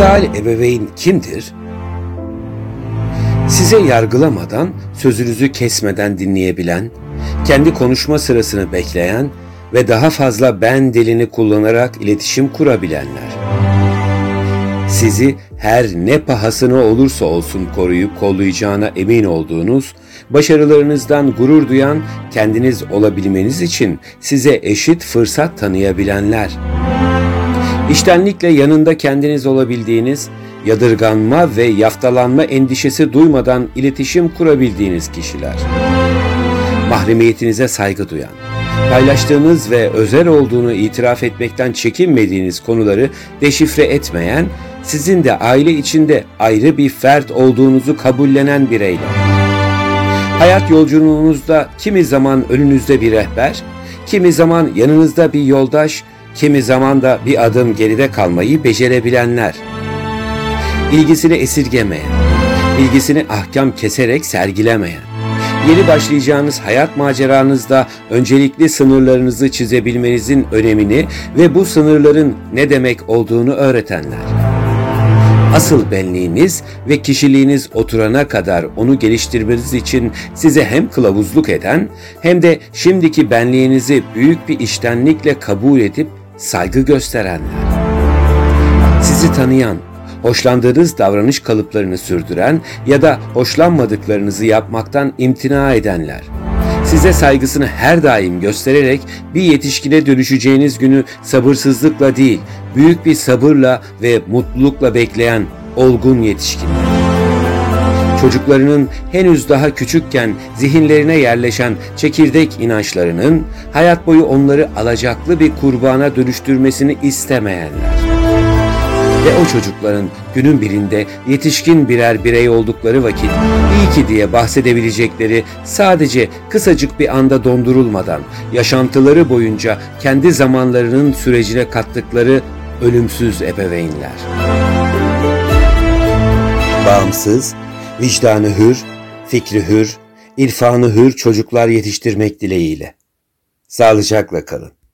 İdeal ebeveyn kimdir? Size yargılamadan, sözünüzü kesmeden dinleyebilen, kendi konuşma sırasını bekleyen ve daha fazla ben dilini kullanarak iletişim kurabilenler. Sizi her ne pahasına olursa olsun koruyup kollayacağına emin olduğunuz, başarılarınızdan gurur duyan, kendiniz olabilmeniz için size eşit fırsat tanıyabilenler. İçtenlikle yanında kendiniz olabildiğiniz, yadırganma ve yaftalanma endişesi duymadan iletişim kurabildiğiniz kişiler. Mahremiyetinize saygı duyan, paylaştığınız ve özel olduğunu itiraf etmekten çekinmediğiniz konuları deşifre etmeyen, sizin de aile içinde ayrı bir fert olduğunuzu kabullenen bireyler. Hayat yolculuğunuzda kimi zaman önünüzde bir rehber, kimi zaman yanınızda bir yoldaş, kimi zaman da bir adım geride kalmayı becerebilenler. İlgisini esirgemeyen, ilgisini ahkam keserek sergilemeyen, yeni başlayacağınız hayat maceranızda öncelikli sınırlarınızı çizebilmenizin önemini ve bu sınırların ne demek olduğunu öğretenler. Asıl benliğiniz ve kişiliğiniz oturana kadar onu geliştirmeniz için size hem kılavuzluk eden hem de şimdiki benliğinizi büyük bir içtenlikle kabul edip saygı gösterenler. Sizi tanıyan, hoşlandığınız davranış kalıplarını sürdüren ya da hoşlanmadıklarınızı yapmaktan imtina edenler. Size saygısını her daim göstererek bir yetişkine dönüşeceğiniz günü sabırsızlıkla değil, büyük bir sabırla ve mutlulukla bekleyen olgun yetişkinler. Çocuklarının henüz daha küçükken zihinlerine yerleşen çekirdek inançlarının hayat boyu onları alacaklı bir kurbana dönüştürmesini istemeyenler. Ve o çocukların günün birinde yetişkin birer birey oldukları vakit iyi ki diye bahsedebilecekleri sadece kısacık bir anda dondurulmadan yaşantıları boyunca kendi zamanlarının sürecine kattıkları ölümsüz ebeveynler. Bağımsız, vicdanı hür, fikri hür, irfanı hür çocuklar yetiştirmek dileğiyle. Sağlıcakla kalın.